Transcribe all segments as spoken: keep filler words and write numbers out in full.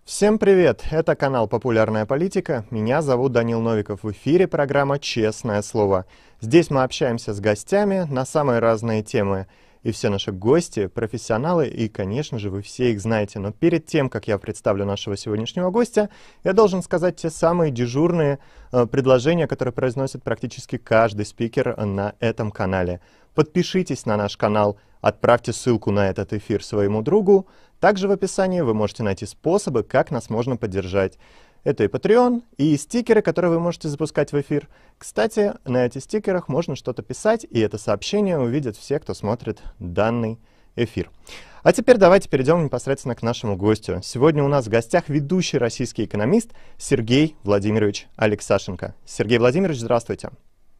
Всем привет! Это канал «Популярная политика». Меня зовут Данил Новиков. В эфире программа «Честное слово». Здесь мы общаемся с гостями на самые разные темы. И все наши гости — профессионалы, и, конечно же, вы все их знаете. Но перед тем, как я представлю нашего сегодняшнего гостя, я должен сказать те самые дежурные э, предложения, которые произносит практически каждый спикер на этом канале. Подпишитесь на наш канал, отправьте ссылку на этот эфир своему другу. Также в описании вы можете найти способы, как нас можно поддержать. Это и Patreon, и стикеры, которые вы можете запускать в эфир. Кстати, на этих стикерах можно что-то писать, и это сообщение увидят все, кто смотрит данный эфир. А теперь давайте перейдем непосредственно к нашему гостю. Сегодня у нас в гостях ведущий российский экономист Сергей Владимирович Алексашенко. Сергей Владимирович, здравствуйте.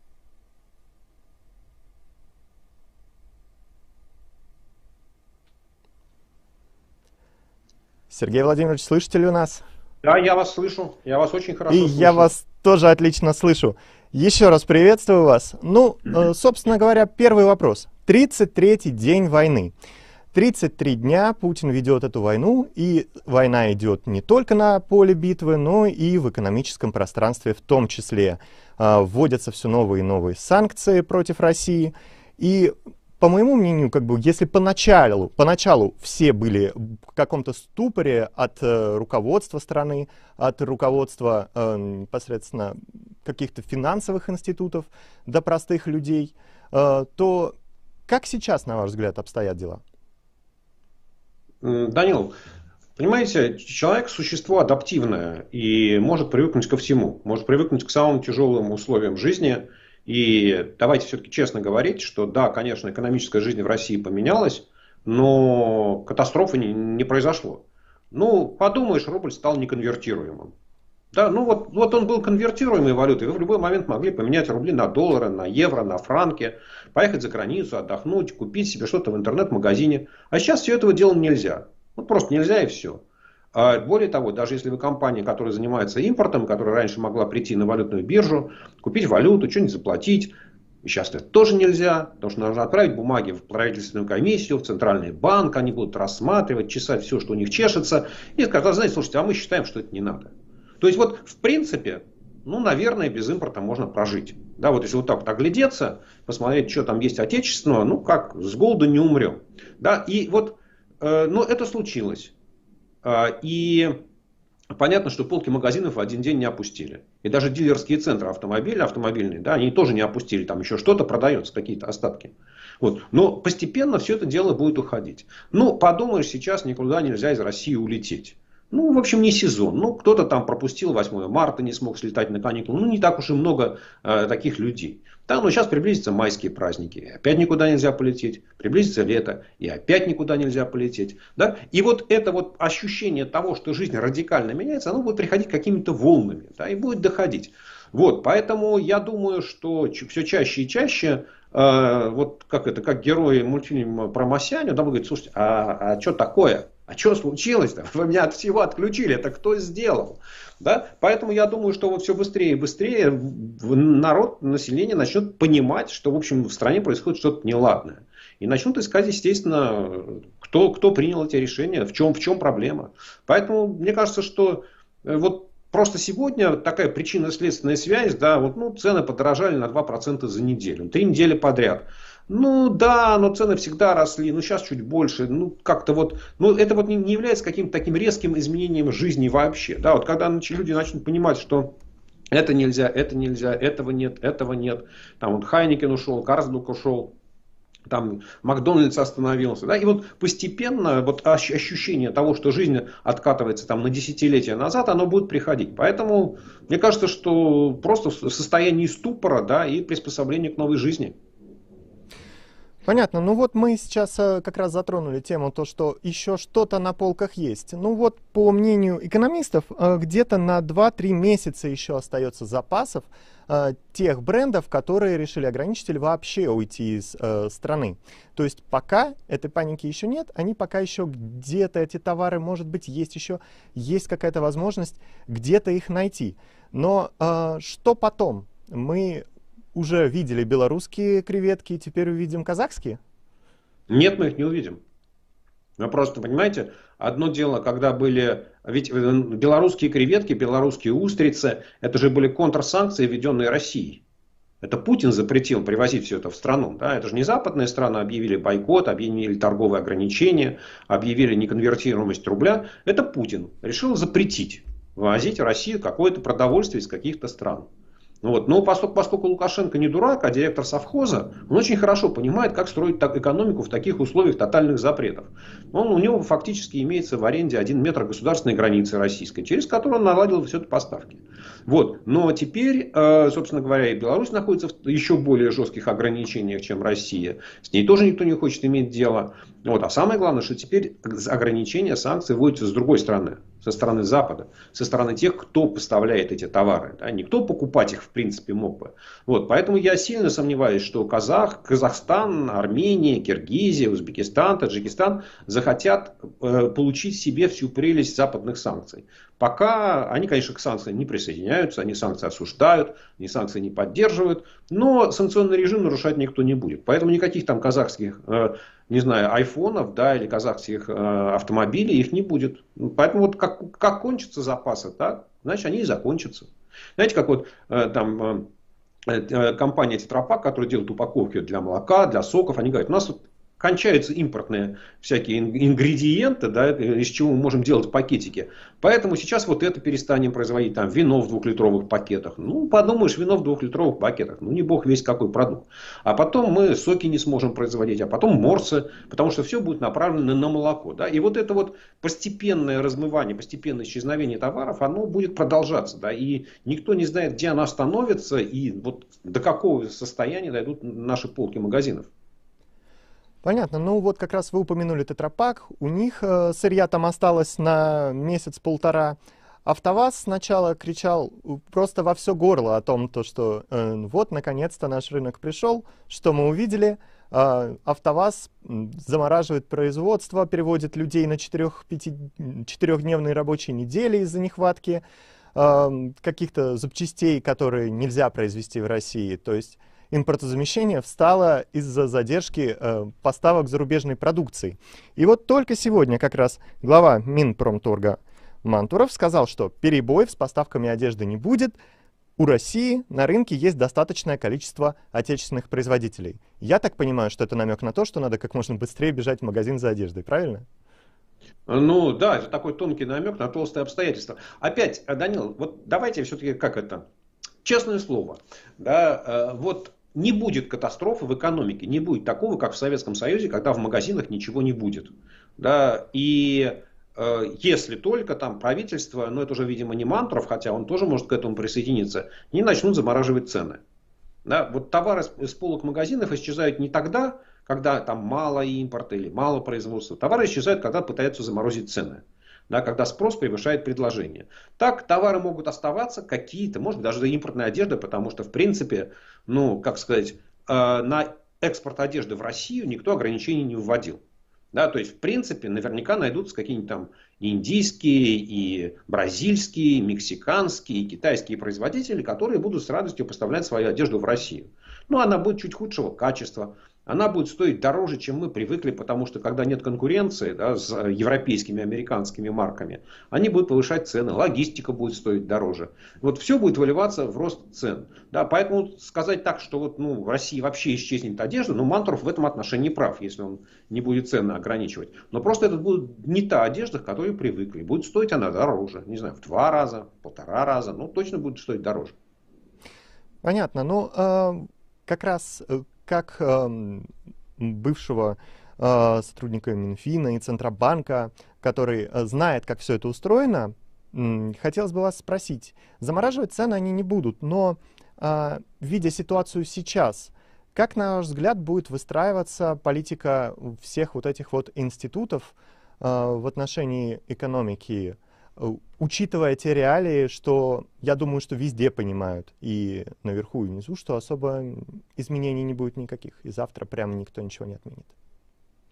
Сергей Владимирович, слышите ли у нас? Да, я вас слышу. Я вас очень хорошо И слышу. я вас тоже отлично слышу. Еще раз приветствую вас. Ну, э, собственно говоря, первый вопрос. тридцать третий день войны. тридцать три дня Путин ведет эту войну, и война идет не только на поле битвы, но и в экономическом пространстве в том числе. Э, вводятся все новые и новые санкции против России. И по моему мнению, как бы, если поначалу, поначалу все были в каком-то ступоре от э, руководства страны, от руководства э, непосредственно каких-то финансовых институтов до простых людей, э, то как сейчас, на ваш взгляд, обстоят дела? Данил, понимаете, человек — существо адаптивное и может привыкнуть ко всему. Может привыкнуть к самым тяжелым условиям жизни. И давайте все-таки честно говорить, что да, конечно, экономическая жизнь в России поменялась, но катастрофы не, не произошло. Ну, подумаешь, рубль стал неконвертируемым. Да, ну вот, вот он был конвертируемой валютой. Вы в любой момент могли поменять рубли на доллары, на евро, на франки, поехать за границу, отдохнуть, купить себе что-то в интернет-магазине. А сейчас все этого делать нельзя. Вот просто нельзя и все. А более того, даже если вы компания, которая занимается импортом, которая раньше могла прийти на валютную биржу, купить валюту, что-нибудь заплатить, сейчас это тоже нельзя, потому что нужно отправить бумаги в правительственную комиссию, в центральный банк, они будут рассматривать, чесать все, что у них чешется, и скажут: знаете, слушайте, а мы считаем, что это не надо. То есть вот в принципе, ну, наверное, без импорта можно прожить. Да, вот если вот так вот оглядеться, посмотреть, что там есть отечественного, ну как, с голоду не умрем. Да, и вот, э, ну, это случилось. И понятно, что полки магазинов в один день не опустили. И даже дилерские центры автомобиля, автомобильные, да, они тоже не опустили. Там еще что-то продается, какие-то остатки. Вот. Но постепенно все это дело будет уходить. Ну, подумаешь, сейчас никуда нельзя из России улететь. Ну, в общем, не сезон. Ну, кто-то там пропустил восьмое марта, не смог слетать на каникулы. Ну, не так уж и много э, таких людей. Да, но сейчас приблизятся майские праздники. И опять никуда нельзя полететь. Приблизится лето. И опять никуда нельзя полететь. Да? И вот это вот ощущение того, что жизнь радикально меняется, оно будет приходить какими-то волнами. Да, и будет доходить. Вот, поэтому я думаю, что все чаще и чаще, э, вот как это, как герои мультфильма про Масяню, да, говорят: слушайте, а, а что такое? А что случилось-то? Вы меня от всего отключили. Это кто сделал? Да? Поэтому я думаю, что вот все быстрее и быстрее народ, население начнет понимать, что в общем в стране происходит что-то неладное. И начнут искать, естественно, кто, кто принял эти решения, в чем, в чем проблема. Поэтому мне кажется, что вот просто сегодня такая причинно-следственная связь, да, вот, ну, цены подорожали на два процента за неделю, три недели подряд. Ну да, но цены всегда росли, ну сейчас чуть больше, ну как-то вот, ну это вот не, не является каким-то таким резким изменением жизни вообще. Да, вот когда люди начнут понимать, что это нельзя, это нельзя, этого нет, этого нет, там вот Хайникен ушел, Карсбрук ушел, там Макдональдс остановился, да, и вот постепенно вот ощущение того, что жизнь откатывается там на десятилетия назад, оно будет приходить. Поэтому мне кажется, что просто в состоянии ступора, да, и приспособления к новой жизни. Понятно. Ну вот мы сейчас э, как раз затронули тему, то, что еще что-то на полках есть. Ну вот, по мнению экономистов, э, где-то на два-три месяца еще остается запасов э, тех брендов, которые решили ограничить или вообще уйти из э, страны. То есть пока этой паники еще нет, они пока еще где-то, эти товары, может быть, есть еще, есть какая-то возможность где-то их найти. Но э, что потом? Мы уже видели белорусские креветки, теперь увидим казахские? Нет, мы их не увидим. Ну, просто, понимаете, одно дело, когда были... Ведь белорусские креветки, белорусские устрицы, это же были контрсанкции, введенные Россией. Это Путин запретил привозить все это в страну. Да? Это же не западные страны объявили бойкот, объявили торговые ограничения, объявили неконвертируемость рубля. Это Путин решил запретить ввозить в Россию какое-то продовольствие из каких-то стран. Вот. Но поскольку, поскольку Лукашенко не дурак, а директор совхоза, он очень хорошо понимает, как строить так, экономику в таких условиях тотальных запретов. Он, у него фактически имеется в аренде один метр государственной границы российской, через которую он наладил все это поставки. Вот. Но теперь, собственно говоря, и Беларусь находится в еще более жестких ограничениях, чем Россия. С ней тоже никто не хочет иметь дело. Вот. А самое главное, что теперь ограничения, санкции вводятся с другой стороны. Со стороны Запада, со стороны тех, кто поставляет эти товары. Да, никто покупать их в принципе мог бы. Вот, поэтому я сильно сомневаюсь, что Казах, Казахстан, Армения, Киргизия, Узбекистан, Таджикистан захотят э, получить себе всю прелесть западных санкций. Пока они, конечно, к санкциям не присоединяются, они санкции осуждают, они санкции не поддерживают, но санкционный режим нарушать никто не будет. Поэтому никаких там казахских, э, не знаю, айфонов, да, или казахских э, автомобилей их не будет. Поэтому вот как, как кончатся запасы, так, значит они и закончатся. Знаете, как вот э, там э, э, компания Тетрапак, которая делает упаковки для молока, для соков, они говорят, у нас вот кончаются импортные всякие ингредиенты, да, из чего мы можем делать пакетики. Поэтому сейчас вот это перестанем производить. Там вино в двухлитровых пакетах. Ну, подумаешь, вино в двухлитровых пакетах. Ну, не бог весь какой продукт. А потом мы соки не сможем производить. А потом морсы. Потому что все будет направлено на молоко. Да? И вот это вот постепенное размывание, постепенное исчезновение товаров, оно будет продолжаться. Да? И никто не знает, где оно остановится. И вот до какого состояния дойдут наши полки магазинов. Понятно. Ну вот как раз вы упомянули Тетрапак. У них э, сырья там осталось на месяц-полтора. АвтоВАЗ сначала кричал просто во все горло о том, то, что э, вот наконец-то наш рынок пришел, что мы увидели. Э, АвтоВАЗ замораживает производство, переводит людей на четырехдневные рабочие недели из-за нехватки э, каких-то запчастей, которые нельзя произвести в России. То есть импортозамещение встало из-за задержки э, поставок зарубежной продукции. И вот только сегодня как раз глава Минпромторга Мантуров сказал, что перебоев с поставками одежды не будет. У России на рынке есть достаточное количество отечественных производителей. Я так понимаю, что это намек на то, что надо как можно быстрее бежать в магазин за одеждой, правильно? Ну да, это такой тонкий намек на толстые обстоятельства. Опять, Данил, вот давайте все-таки как это, честное слово, да, вот не будет катастрофы в экономике, не будет такого, как в Советском Союзе, когда в магазинах ничего не будет. Да, и э, если только там правительство, но это уже, видимо, не Мантуров, хотя он тоже может к этому присоединиться, не начнут замораживать цены. Да, вот товары с полок магазинов исчезают не тогда, когда там мало импорта или мало производства. Товары исчезают, когда пытаются заморозить цены. Да, когда спрос превышает предложение. Так товары могут оставаться какие-то, может даже импортная одежда, потому что в принципе, ну как сказать, э, на экспорт одежды в Россию никто ограничений не вводил. Да, то есть в принципе наверняка найдутся какие-нибудь там и индийские, и бразильские, и мексиканские, и китайские производители, которые будут с радостью поставлять свою одежду в Россию. Но она будет чуть худшего качества. Она будет стоить дороже, чем мы привыкли, потому что когда нет конкуренции, да, с европейскими, американскими марками, они будут повышать цены, логистика будет стоить дороже. Вот все будет выливаться в рост цен. Да, поэтому сказать так, что вот, ну, в России вообще исчезнет одежда, ну, Мантуров в этом отношении прав, если он не будет цены ограничивать. Но просто это будет не та одежда, к которой привыкли. Будет стоить она дороже. Не знаю, в два раза, в полтора раза, но точно будет стоить дороже. Понятно. Ну, э, как раз... как э, бывшего э, сотрудника Минфина и Центробанка, который э, знает, как все это устроено, э, хотелось бы вас спросить. Замораживать цены они не будут, но э, видя ситуацию сейчас, как, на ваш взгляд, будет выстраиваться политика всех вот этих вот институтов э, в отношении экономики, учитывая те реалии, что я думаю, что везде понимают, и наверху, и внизу, что особо изменений не будет никаких, и завтра прямо никто ничего не отменит?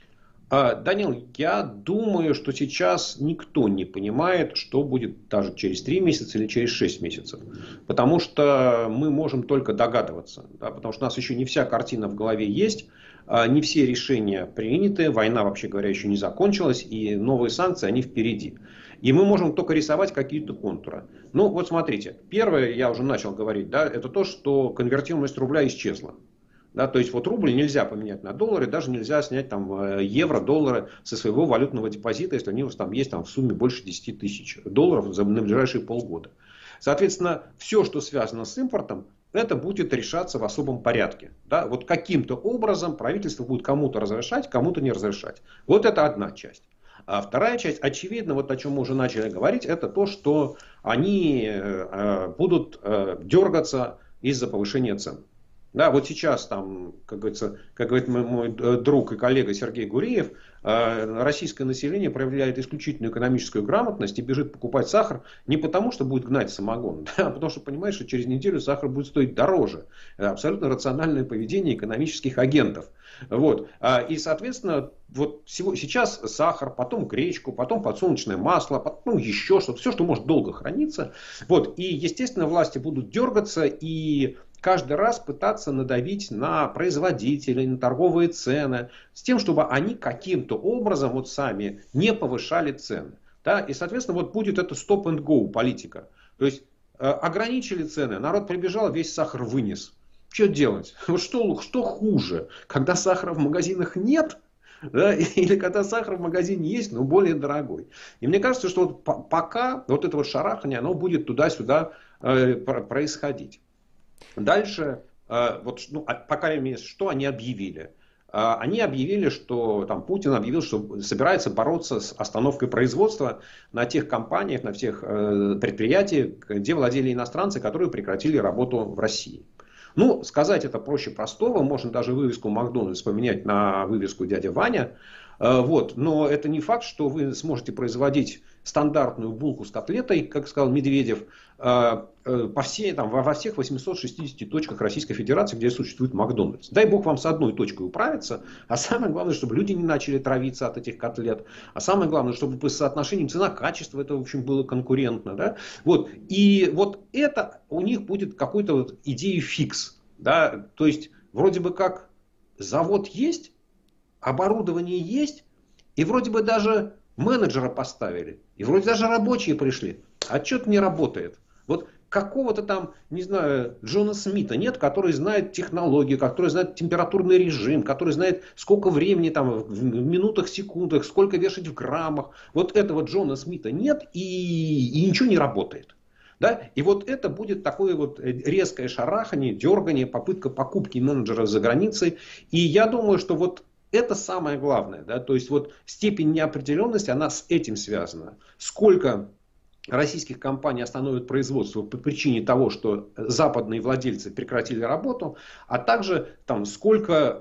А, Данил, я думаю, что сейчас никто не понимает, что будет даже через три месяца или через шесть месяцев. Потому что мы можем только догадываться. Да, потому что у нас еще не вся картина в голове есть. а, Не все решения приняты. Война, вообще говоря, еще не закончилась. И новые санкции, они впереди. И мы можем только рисовать какие-то контуры. Ну, вот смотрите. Первое, я уже начал говорить, да, это то, что конвертируемость рубля исчезла. Да, то есть вот рубль нельзя поменять на доллары, даже нельзя снять там евро, доллары со своего валютного депозита, если они у вас там есть там, в сумме больше десяти тысяч долларов за, на ближайшие полгода. Соответственно, все, что связано с импортом, это будет решаться в особом порядке. Да? Вот каким-то образом правительство будет кому-то разрешать, кому-то не разрешать. Вот это одна часть. А вторая часть, очевидно, вот о чем мы уже начали говорить, это то, что они э, будут э, дергаться из-за повышения цен. Да, вот сейчас там, как говорится, как говорит мой, мой друг и коллега Сергей Гуриев, российское население проявляет исключительную экономическую грамотность и бежит покупать сахар не потому, что будет гнать самогон, да, а потому что понимает, что через неделю сахар будет стоить дороже. Это абсолютно рациональное поведение экономических агентов. Вот. И, соответственно, вот сейчас сахар, потом гречку, потом подсолнечное масло, потом еще что-то, все, что может долго храниться. Вот. И, естественно, власти будут дергаться и каждый раз пытаться надавить на производителей, на торговые цены, с тем, чтобы они каким-то образом вот сами не повышали цены. Да? И, соответственно, вот будет это stop-and-go политика. То есть э, ограничили цены, народ прибежал, весь сахар вынес. Что делать? Что, что хуже? Когда сахара в магазинах нет? Да, или когда сахар в магазине есть, но более дорогой. И мне кажется, что вот пока вот это вот шарахание, оно будет туда-сюда э, происходить. Дальше, вот, ну, по крайней мере, что они объявили? Они объявили, что там, Путин объявил, что собирается бороться с остановкой производства на тех компаниях, на тех предприятиях, где владели иностранцы, которые прекратили работу в России. Ну, сказать это проще простого. Можно даже вывеску Макдональдс поменять на вывеску дядя Ваня. Вот. Но это не факт, что вы сможете производить стандартную булку с котлетой, как сказал Медведев, по всей, там, во всех восьмистах шестидесяти точках Российской Федерации, где существует Макдональдс. Дай бог вам с одной точкой управиться, а самое главное, чтобы люди не начали травиться от этих котлет, а самое главное, чтобы по соотношению цена-качество это, в общем, было конкурентно. Да? Вот. И вот это у них будет какой-то вот идея фикс. Да? То есть, вроде бы как завод есть, оборудование есть, и вроде бы даже менеджера поставили, и вроде даже рабочие пришли, а что-то не работает. Вот какого-то там, не знаю, Джона Смита нет, который знает технологию, который знает температурный режим, который знает, сколько времени там в минутах, секундах, сколько вешать в граммах. Вот этого Джона Смита нет, и, и ничего не работает. Да? И вот это будет такое вот резкое шарахание, дергание, попытка покупки менеджера за границей. И я думаю, что вот это самое главное. Да? То есть вот степень неопределенности, она с этим связана. Сколько российских компаний остановят производство по причине того, что западные владельцы прекратили работу, а также там сколько,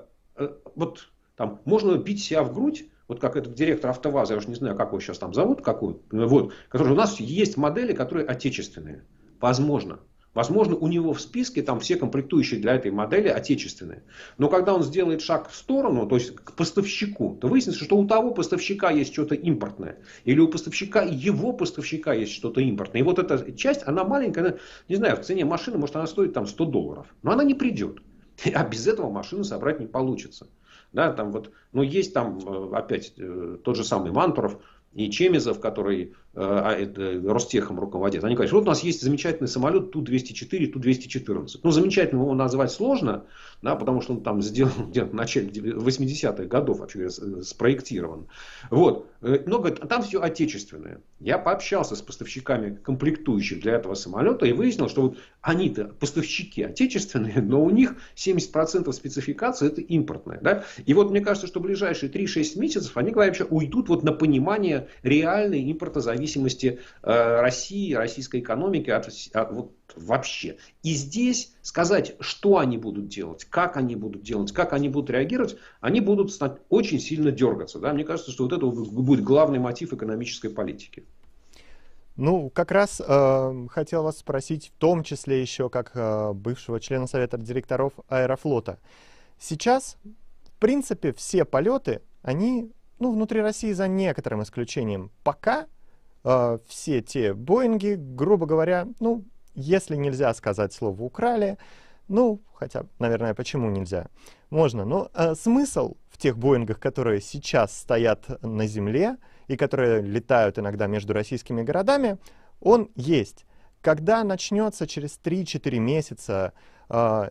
вот там можно бить себя в грудь, вот как этот директор АвтоВАЗа, я уже не знаю, как его сейчас там зовут, какой, вот, который у нас есть модели, которые отечественные, возможно. Возможно, у него в списке там все комплектующие для этой модели отечественные. Но когда он сделает шаг в сторону, то есть к поставщику, то выяснится, что у того поставщика есть что-то импортное. Или у поставщика и его поставщика есть что-то импортное. И вот эта часть, она маленькая, она, не знаю, в цене машины, может, она стоит там сто долларов. Но она не придет. А без этого машину собрать не получится. Да, там вот, но есть там опять тот же самый Мантуров и Чемезов, который э, Ростехом руководит. Они говорят, что вот у нас есть замечательный самолет Ту двести четыре, Ту двести четырнадцать. Ну, замечательным его назвать сложно, да, потому что он там сделан где-то в начале восьмидесятых годов вообще спроектирован. Вот. Но говорят, там все отечественное. Я пообщался с поставщиками комплектующих для этого самолета и выяснил, что вот они-то поставщики отечественные, но у них семьдесят процентов спецификации это импортное. Да? И вот мне кажется, что в ближайшие три-шесть месяцев они вообще уйдут вот на понимание реальной импортозависимости э, России, российской экономики от, от, вот, вообще. И здесь сказать, что они будут делать, как они будут делать, как они будут реагировать, они будут очень сильно дергаться. Да? Мне кажется, что вот это будет главный мотив экономической политики. Ну, как раз э, хотел вас спросить, в том числе еще как э, бывшего члена Совета директоров Аэрофлота. Сейчас, в принципе, все полеты, они ну, внутри России за некоторым исключением, пока э, все те Боинги, грубо говоря, ну, если нельзя сказать слово «украли», ну, хотя, наверное, почему нельзя? Можно, но э, смысл в тех Боингах, которые сейчас стоят на земле и которые летают иногда между российскими городами, он есть. Когда начнется через три-четыре месяца э,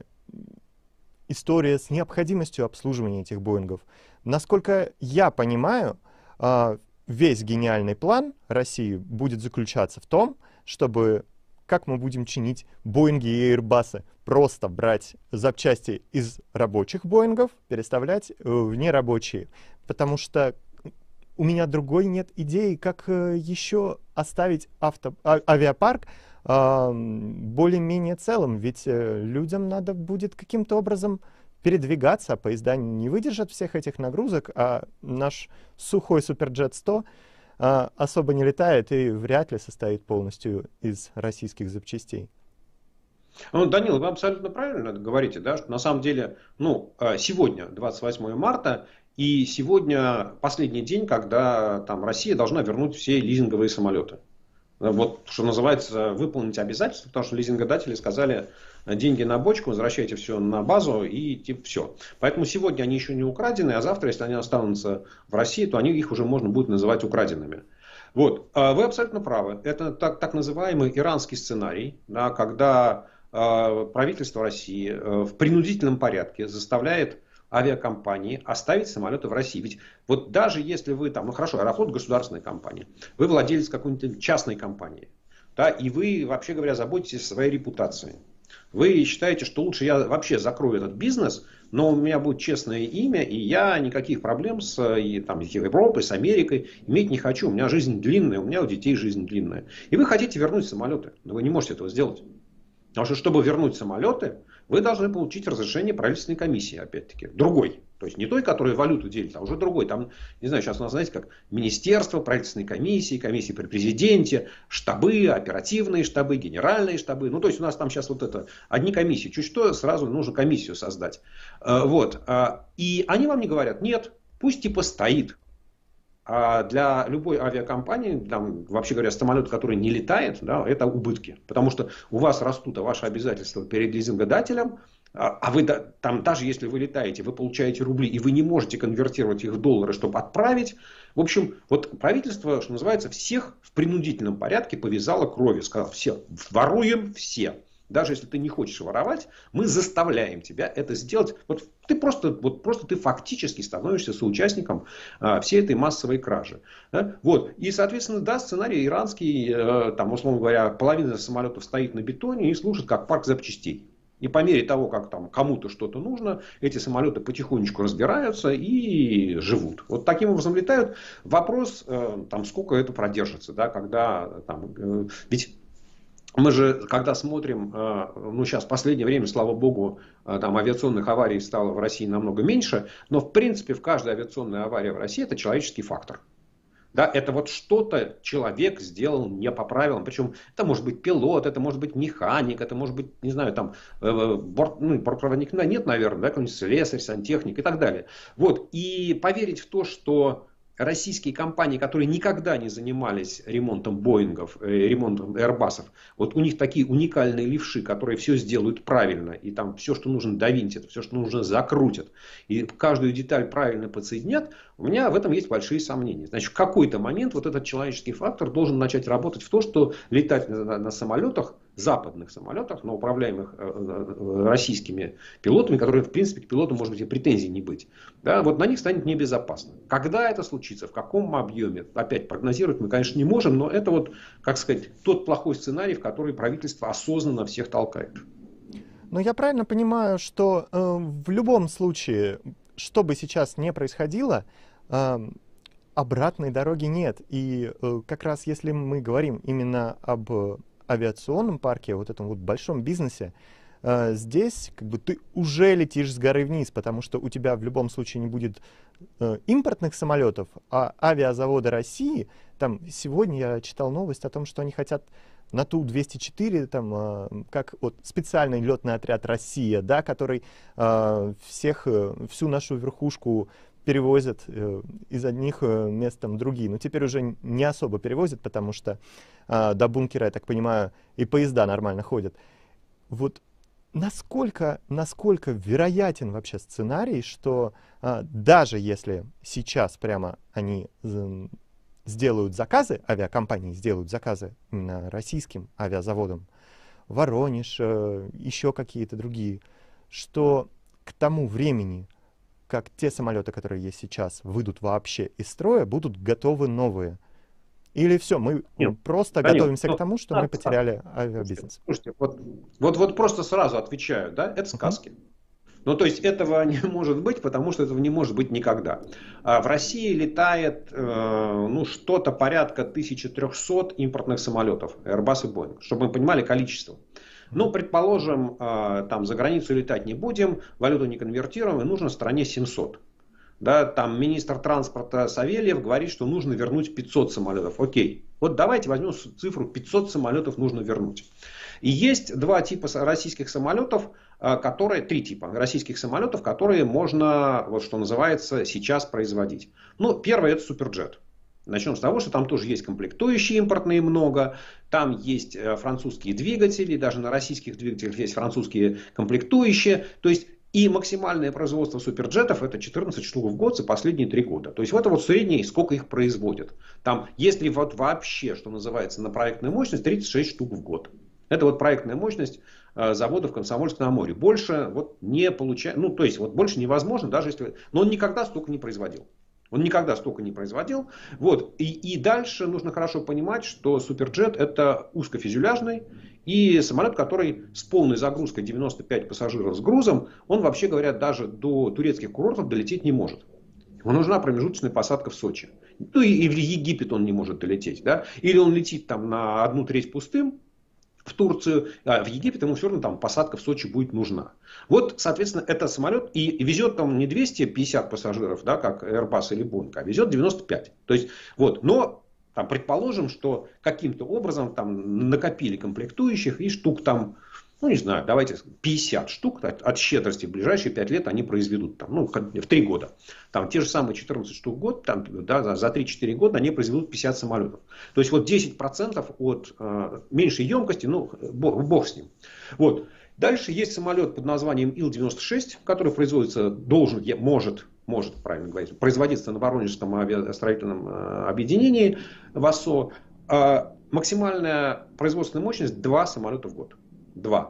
история с необходимостью обслуживания этих Боингов, насколько я понимаю, э, весь гениальный план России будет заключаться в том, чтобы как мы будем чинить Боинги и Эйрбасы, просто брать запчасти из рабочих Боингов, переставлять в нерабочие. Потому что у меня другой нет идеи, как еще оставить авто, а, авиапарк а, более-менее целым. Ведь людям надо будет каким-то образом передвигаться, а поезда не выдержат всех этих нагрузок, а наш сухой Суперджет сто а, особо не летает и вряд ли состоит полностью из российских запчастей. Ну, Данил, вы абсолютно правильно говорите, да, что на самом деле, ну, сегодня двадцать восьмое марта, и сегодня последний день, когда там Россия должна вернуть все лизинговые самолеты. Вот, что называется, выполнить обязательства, потому что лизингодатели сказали: деньги на бочку, возвращайте все на базу и типа все. Поэтому сегодня они еще не украдены, а завтра, если они останутся в России, то они, их уже можно будет называть украденными. Вот. Вы абсолютно правы. Это так, так называемый иранский сценарий, да, когда э, правительство России э, в принудительном порядке заставляет авиакомпании оставить самолеты в России. Ведь вот даже если вы там, ну хорошо, Аэрофлот государственная компания, вы владелец какой-нибудь частной компании, да, и вы, вообще говоря, заботитесь о своей репутации. Вы считаете, что лучше я вообще закрою этот бизнес, но у меня будет честное имя, и я никаких проблем с и, там, с Европой, с Америкой иметь не хочу. У меня жизнь длинная, у меня у детей жизнь длинная. И вы хотите вернуть самолеты, но вы не можете этого сделать. Потому что, чтобы вернуть самолеты, вы должны получить разрешение правительственной комиссии, опять-таки, другой. То есть не той, которая валюту делит, а уже другой. Там, не знаю, сейчас у нас, знаете, как министерство, правительственной комиссии, комиссии при президенте, штабы, оперативные штабы, генеральные штабы. Ну, то есть у нас там сейчас вот это, одни комиссии. Чуть что, сразу нужно комиссию создать. Вот. И они вам не говорят: нет, пусть типа стоит. А для любой авиакомпании, там, вообще говоря, самолет, который не летает, да, это убытки. Потому что у вас растут ваши обязательства перед лизингодателем, а вы там, даже если вы летаете, вы получаете рубли, и вы не можете конвертировать их в доллары, чтобы отправить. В общем, вот правительство, что называется, всех в принудительном порядке повязало кровью. Сказал: все, воруем все. Даже если ты не хочешь воровать, мы заставляем тебя это сделать. Вот ты просто, вот просто ты фактически становишься соучастником а, всей этой массовой кражи. Да? Вот. И, соответственно, да, сценарий иранский, э, там, условно говоря, половина самолетов стоит на бетоне и служит как парк запчастей. И по мере того, как там кому-то что-то нужно, эти самолеты потихонечку разбираются и живут. Вот таким образом летают. Вопрос, э, там, сколько это продержится, да, когда там, э, ведь мы же, когда смотрим, ну сейчас в последнее время, слава богу, там авиационных аварий стало в России намного меньше, но в принципе в каждой авиационной аварии в России это человеческий фактор. Да, это вот что-то человек сделал не по правилам. Причем это может быть пилот, это может быть механик, это может быть, не знаю, там, борт, ну, бортпроводник, ну, нет, наверное, да, какой-нибудь слесарь, сантехник и так далее. Вот. И поверить в то, что российские компании, которые никогда не занимались ремонтом Боингов, ремонтом Airbus'ов, вот у них такие уникальные левши, которые все сделают правильно, и там все, что нужно, довинтят, все, что нужно, закрутят, и каждую деталь правильно подсоединят, у меня в этом есть большие сомнения. Значит, в какой-то момент вот этот человеческий фактор должен начать работать в то, что летать на, на, на самолетах, западных самолетах, но управляемых э, э, российскими пилотами, которые, в принципе, к пилоту, может быть, и претензий не быть. Да, вот на них станет небезопасно. Когда это случится, в каком объеме, опять прогнозировать мы, конечно, не можем, но это вот, как сказать, тот плохой сценарий, в который правительство осознанно всех толкает. Но я правильно понимаю, что э, в любом случае, что бы сейчас ни происходило, э, обратной дороги нет. И э, как раз если мы говорим именно об авиационном парке, вот этом вот большом бизнесе, э, здесь как бы ты уже летишь с горы вниз, потому что у тебя в любом случае не будет э, импортных самолетов, а авиазаводы России, там сегодня я читал новость о том, что они хотят на Ту двести четыре, там, э, как вот специальный летный отряд «Россия», да, который э, всех, э, всю нашу верхушку перевозят э, из одних э, мест там другие. Но теперь уже не особо перевозят, потому что э, до бункера, я так понимаю, и поезда нормально ходят. Вот насколько, насколько вероятен вообще сценарий, что э, даже если сейчас прямо они э, сделают заказы, авиакомпании сделают заказы именно российским авиазаводам, Воронеж, э, еще какие-то другие, что к тому времени, как те самолеты, которые есть сейчас, выйдут вообще из строя, будут готовы новые? Или все, мы Нет, просто конечно. готовимся Ну, к тому, что да, мы потеряли авиабизнес? Слушайте, вот, вот, вот просто сразу отвечаю, да, это сказки. Ну, то есть этого не может быть, потому что этого не может быть никогда. А в России летает э, ну, что-то порядка тысяча триста импортных самолетов, Airbus и Boeing, чтобы мы понимали количество. Ну, предположим, э, там за границу летать не будем, валюту не конвертируем, и нужно стране семьсот. Да, там министр транспорта Савельев говорит, что нужно вернуть пятьсот самолетов. Окей, вот давайте возьмем цифру пятьсот самолетов нужно вернуть. И есть два типа российских самолетов, которые, три типа российских самолетов, которые можно, вот что называется, сейчас производить. Ну, первый это Суперджет. Начнем с того, что там тоже есть комплектующие импортные много, там есть французские двигатели, даже на российских двигателях есть французские комплектующие. То есть и максимальное производство суперджетов это четырнадцать штук в год за последние три года. То есть вот это вот средний, сколько их производят. Там, если вот вообще, что называется, на проектную мощность, тридцать шесть штук в год. Это вот проектная мощность э, заводов Комсомольск-на-Амуре. Больше вот не получается, ну то есть вот больше невозможно, даже если, но он никогда столько не производил. Он никогда столько не производил. Вот. И, и дальше нужно хорошо понимать, что Суперджет это узкофюзеляжный и самолет, который с полной загрузкой девяносто пять пассажиров с грузом, он вообще говоря даже до турецких курортов долететь не может. Ему нужна промежуточная посадка в Сочи. Ну и, и в Египет он не может долететь. Да? Или он летит там на одну треть пустым в Турцию, а в Египет ему все равно там посадка в Сочи будет нужна. Вот, соответственно, это самолет и везет там не двести пятьдесят пассажиров, да, как Airbus или Boeing, а везет девяносто пять. То есть, вот, но там, предположим, что каким-то образом там накопили комплектующих и штук там, ну не знаю, давайте пятьдесят штук от, от щедрости в ближайшие пять лет они произведут, там, ну в три года. Там те же самые четырнадцать штук в год, там, да, за три-четыре года они произведут пятьдесят самолетов. То есть вот десять процентов от э, меньшей емкости, ну бог, бог с ним. Вот. Дальше есть самолет под названием Ил девяносто шесть, который производится, должен, может, может, правильно говорить, производиться на Воронежском авиастроительном э, объединении ВАСО. Э, максимальная производственная мощность два самолета в год. Два.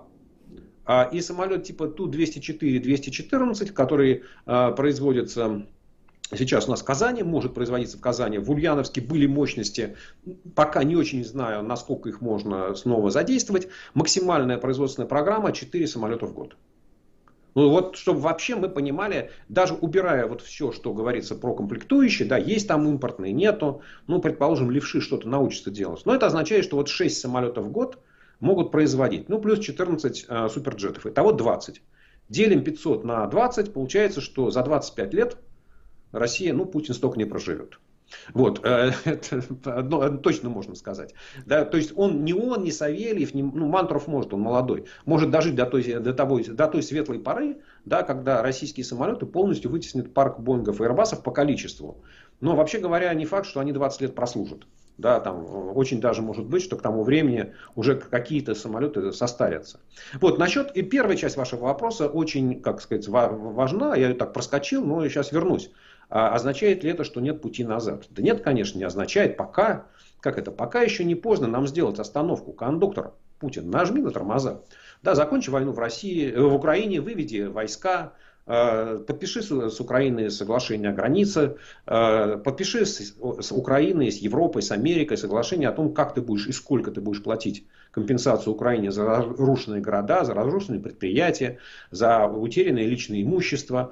И самолет типа Ту двести четыре двести четырнадцать, который э, производится сейчас у нас в Казани, может производиться в Казани. В Ульяновске были мощности, пока не очень знаю, насколько их можно снова задействовать. Максимальная производственная программа четыре самолета в год. Ну вот, чтобы вообще мы понимали, даже убирая вот все, что говорится про комплектующие, да, есть там импортные, нету. Ну, предположим, левши что-то научатся делать. Но это означает, что вот шесть самолетов в год могут производить. Ну, плюс четырнадцать э, суперджетов. Итого двадцать. Делим пятьсот на двадцать. Получается, что за двадцать пять лет Россия, ну, Путин столько не проживет. Вот, э, это одно, точно можно сказать. Да, то есть он, ни он, ни Савельев, ни, ну, Мантуров может, он молодой, может дожить до той, до того, до той светлой поры, да, когда российские самолеты полностью вытеснят парк Боингов и Airbus'ов по количеству. Но вообще говоря, не факт, что они двадцать лет прослужат. Да, там очень даже может быть, что к тому времени уже какие-то самолеты состарятся. Вот, насчет и первая часть вашего вопроса очень, как сказать, важна. Я ее так проскочил, но я сейчас вернусь. А означает ли это, что нет пути назад? Да нет, конечно, не означает. Пока, как это, пока еще не поздно нам сделать остановку. Кондуктор Путин, нажми на тормоза. Да, закончи войну в России, в Украине, выведи войска. Подпиши с Украиной соглашение о границе, подпиши с Украиной, с Европой, с Америкой соглашение о том, как ты будешь и сколько ты будешь платить компенсацию Украине за разрушенные города, за разрушенные предприятия, за утерянное личное имущество.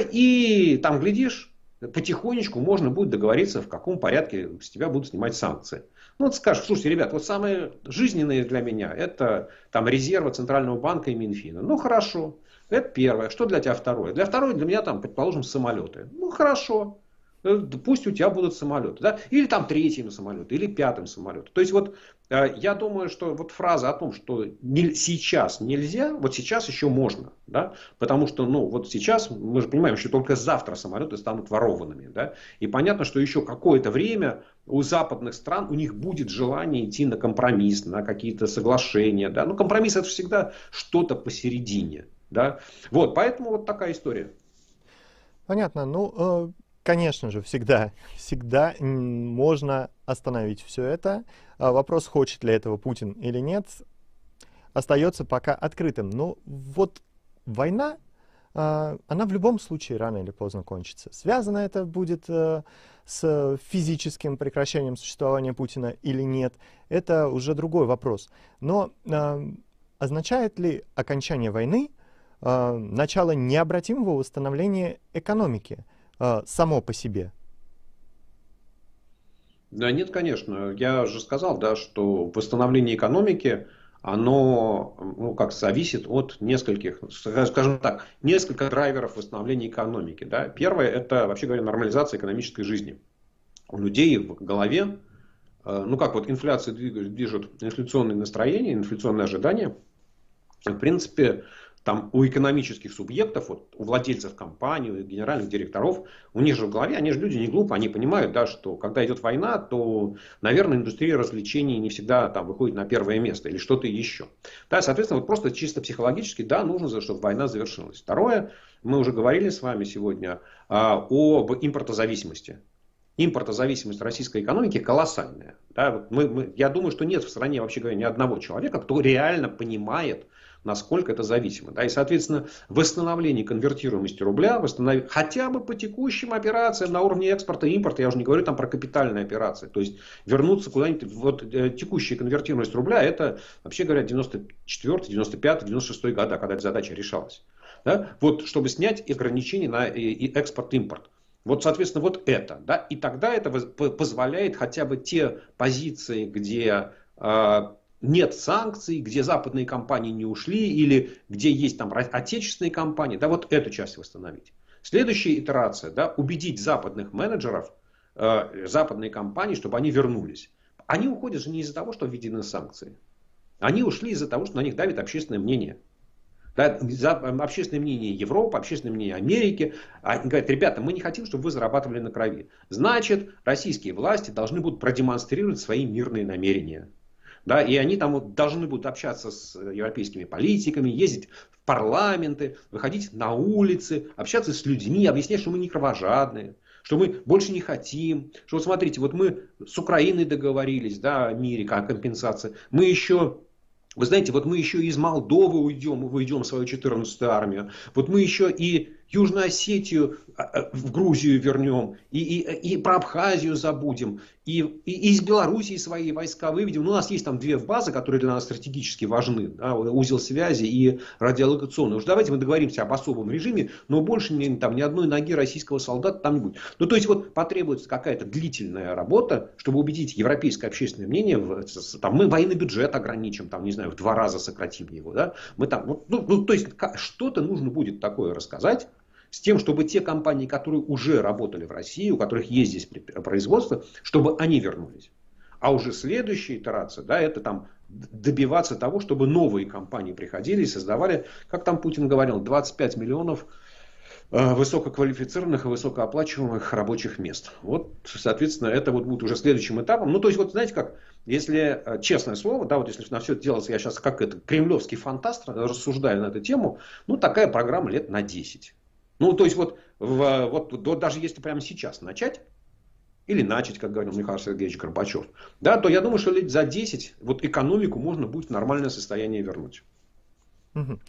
И там, глядишь, потихонечку можно будет договориться, в каком порядке с тебя будут снимать санкции. Ну, вот скажешь, слушайте, ребят, вот самое жизненное для меня это там резервы Центрального банка и Минфина. Ну, хорошо. Это первое. Что для тебя второе? Для второе, для меня там, предположим, самолеты. Ну, хорошо. Пусть у тебя будут самолеты, да? Или там третьим самолеты, или пятым самолеты. То есть вот я думаю, что вот фраза о том, что не, сейчас нельзя, вот сейчас еще можно, да? Потому что, ну, вот сейчас мы же понимаем, что только завтра самолеты станут ворованными, да? И понятно, что еще какое-то время у западных стран, у них будет желание идти на компромисс, на какие-то соглашения, да? Ну, компромисс это всегда что-то посередине, да? Вот, поэтому вот такая история. Понятно. Ну, конечно же, всегда, всегда можно остановить все это. Вопрос, хочет ли этого Путин или нет, остается пока открытым. Но вот война, она в любом случае рано или поздно кончится. Связано это будет с физическим прекращением существования Путина или нет, это уже другой вопрос. Но означает ли окончание войны начало необратимого восстановления экономики само по себе? Да нет, конечно. Я же сказал, да, что восстановление экономики, оно, ну, как зависит от нескольких, скажем так, несколько драйверов восстановления экономики. Да. Первое, это, вообще говоря, нормализация экономической жизни. У людей в голове, ну как вот инфляция движет инфляционные настроения, инфляционные ожидания, в принципе, там у экономических субъектов, вот, у владельцев компаний, у генеральных директоров, у них же в голове, они же люди не глупые, они понимают, да, что когда идет война, то, наверное, индустрия развлечений не всегда там выходит на первое место или что-то еще. Да, соответственно, вот просто чисто психологически, да, нужно, чтобы война завершилась. Второе, мы уже говорили с вами сегодня а, об импортозависимости. Импортозависимость российской экономики колоссальная. Да, вот мы, мы, я думаю, что нет в стране, вообще говоря, ни одного человека, кто реально понимает, насколько это зависимо. Да? И, соответственно, восстановление конвертируемости рубля, восстанов... хотя бы по текущим операциям на уровне экспорта и импорта, я уже не говорю там про капитальные операции, то есть вернуться куда-нибудь, вот э, текущая конвертируемость рубля, это, вообще говоря, девяносто четвёртый, девяносто пятый, девяносто шестой года, когда эта задача решалась. Да? Вот, чтобы снять ограничения на экспорт-импорт. Вот, соответственно, вот это. Да? И тогда это позволяет хотя бы те позиции, где э, нет санкций, где западные компании не ушли, или где есть там отечественные компании, да, вот эту часть восстановить. Следующая итерация, да, убедить западных менеджеров, э, западные компании, чтобы они вернулись. Они уходят же не из-за того, что введены санкции. Они ушли из-за того, что на них давит общественное мнение. Да, общественное мнение Европы, общественное мнение Америки. Они говорят, ребята, мы не хотим, чтобы вы зарабатывали на крови. Значит, российские власти должны будут продемонстрировать свои мирные намерения. Да, и они там вот должны будут общаться с европейскими политиками, ездить в парламенты, выходить на улицы, общаться с людьми, объяснять, что мы не кровожадные, что мы больше не хотим. Что вот смотрите, вот мы с Украиной договорились, да, о мире, о компенсации. Мы еще... Вы знаете, вот мы еще из Молдовы уйдем, мы уйдем в свою четырнадцатую армию. Вот мы еще и Южную Осетию в Грузию вернем, и, и, и про Абхазию забудем, и, и, и из Белоруссии свои войска выведем. Ну, у нас есть там две базы, которые для нас стратегически важны. Да, узел связи и радиолокационный. Уж давайте мы договоримся об особом режиме, но больше ни, там, ни одной ноги российского солдата там не будет. Ну, то есть, вот потребуется какая-то длительная работа, чтобы убедить европейское общественное мнение. В, там, мы военный бюджет ограничим, там, не знаю, в два раза сократим его. Да? Мы там, ну, ну, то есть, что-то нужно будет такое рассказать, с тем, чтобы те компании, которые уже работали в России, у которых есть здесь производство, чтобы они вернулись. А уже следующая итерация, да, это там добиваться того, чтобы новые компании приходили и создавали, как там Путин говорил, двадцать пять миллионов высококвалифицированных и высокооплачиваемых рабочих мест. Вот, соответственно, это вот будет уже следующим этапом. Ну, то есть, вот знаете как, если, честное слово, да, вот если на все это делается, я сейчас как это, кремлевский фантаст, рассуждаю на эту тему, ну, такая программа лет на десять. Ну, то есть, вот, в, вот, вот даже если прямо сейчас начать, или начать, как говорил Михаил Сергеевич Горбачев, да, то я думаю, что лет за десять вот экономику можно будет в нормальное состояние вернуть. Угу.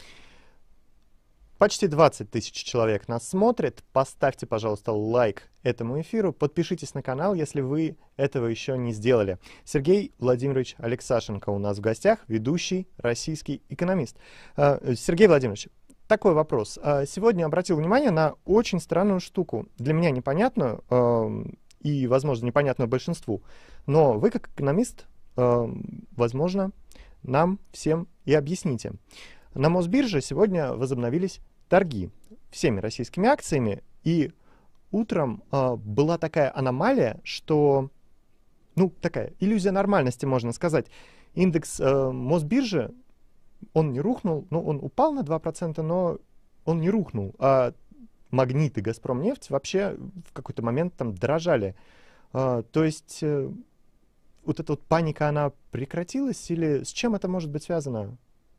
Почти двадцать тысяч человек нас смотрит. Поставьте, пожалуйста, лайк этому эфиру. Подпишитесь на канал, если вы этого еще не сделали. Сергей Владимирович Алексашенко у нас в гостях, ведущий российский экономист. Сергей Владимирович, такой вопрос. Сегодня обратил внимание на очень странную штуку. Для меня непонятную и, возможно, непонятную большинству. Но вы, как экономист, возможно, нам всем и объясните. На Мосбирже сегодня возобновились торги всеми российскими акциями. И утром э, была такая аномалия, что, ну, такая иллюзия нормальности, можно сказать. Индекс э, Мосбиржи, он не рухнул, ну, он упал на два процента, но он не рухнул. А магниты «Газпромнефть» вообще в какой-то момент там дрожали. А, то есть э, вот эта вот паника, она прекратилась или с чем это может быть связано?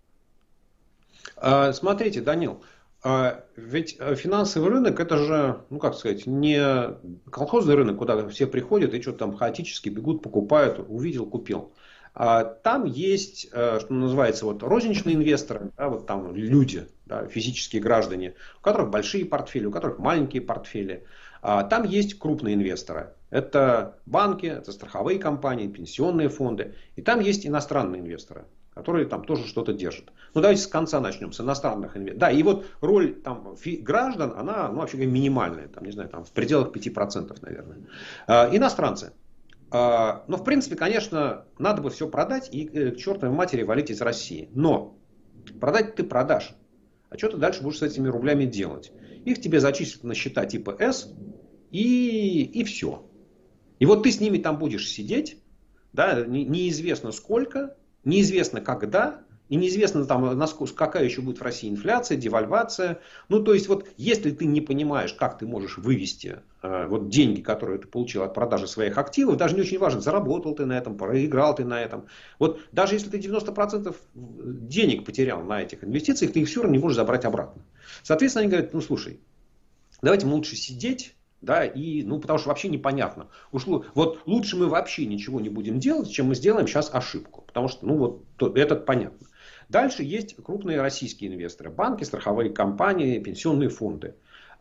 А, Смотрите, Данил, а, ведь э, финансовый рынок это же, ну как сказать, не колхозный рынок, куда все приходят и что-то там хаотически бегут, покупают, увидел, купил. А там есть, э, что называется, вот розничные инвесторы, да, вот там люди, да, физические граждане, у которых большие портфели, у которых маленькие портфели. А там есть крупные инвесторы. Это банки, это страховые компании, пенсионные фонды. И там есть иностранные инвесторы, которые там тоже что-то держат. Ну, давайте с конца начнем, с иностранных инвесторов. Да, и вот роль там, граждан, она, ну, вообще говоря, минимальная. Там, не знаю, там, в пределах пяти процентов, наверное. А, иностранцы. А, ну, в принципе, конечно, надо бы все продать и к чертовой матери валить из России. Но продать ты продашь. А что ты дальше будешь с этими рублями делать? Их тебе зачислят на счета типа S и, и все. И вот ты с ними там будешь сидеть, да, неизвестно сколько, неизвестно когда, и неизвестно там, насколько, какая еще будет в России инфляция, девальвация. Ну, то есть, вот если ты не понимаешь, как ты можешь вывести э, вот деньги, которые ты получил от продажи своих активов, даже не очень важно, заработал ты на этом, проиграл ты на этом. Вот даже если ты девяносто процентов денег потерял на этих инвестициях, ты их все равно не можешь забрать обратно. Соответственно, они говорят, ну, слушай, давайте мы лучше сидеть. Да, и, ну, потому что вообще непонятно. Уж, вот лучше мы вообще ничего не будем делать, чем мы сделаем сейчас ошибку. Потому что, ну, вот то, это понятно. Дальше есть крупные российские инвесторы. Банки, страховые компании, пенсионные фонды.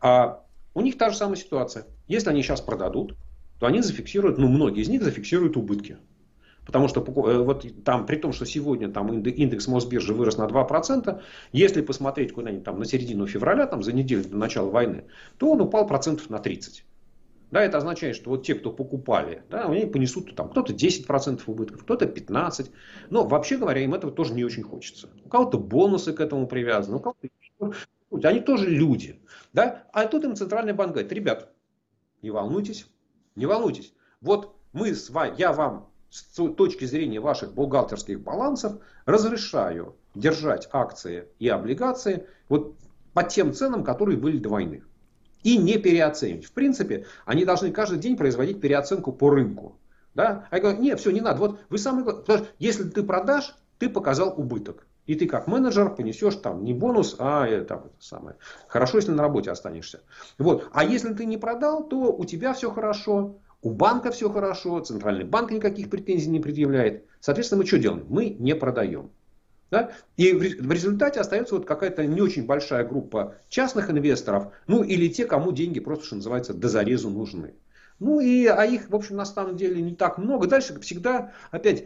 А у них та же самая ситуация. Если они сейчас продадут, то они зафиксируют, ну, многие из них зафиксируют убытки. Потому что вот там, при том, что сегодня там индекс Мосбиржи вырос на два процента, если посмотреть куда-нибудь там на середину февраля, там, за неделю до начала войны, то он упал процентов на тридцать. Да, это означает, что вот те, кто покупали, да, они понесут там кто-то десять процентов убытков, кто-то пятнадцать процентов. Но вообще говоря, им этого тоже не очень хочется. У кого-то бонусы к этому привязаны, у кого-то... Они тоже люди. Да? А тут им Центральный банк говорит, ребят, не волнуйтесь, не волнуйтесь. Вот мы с вами, я вам с точки зрения ваших бухгалтерских балансов разрешаю держать акции и облигации вот по тем ценам, которые были до войны. И не переоценивать. В принципе, они должны каждый день производить переоценку по рынку. Да? А я говорю, нет, все, не надо. Вот вы самый главный. Потому что если ты продашь, ты показал убыток. И ты как менеджер понесешь там не бонус, а это, это самое. Хорошо, если на работе останешься. Вот. А если ты не продал, то у тебя все хорошо. У банка все хорошо, Центральный банк никаких претензий не предъявляет. Соответственно, мы что делаем? Мы не продаем. Да? И в результате остается вот какая-то не очень большая группа частных инвесторов, ну или те, кому деньги просто, что называется, до зарезу нужны. Ну и, а их, в общем, на самом деле не так много. Дальше, как всегда, опять...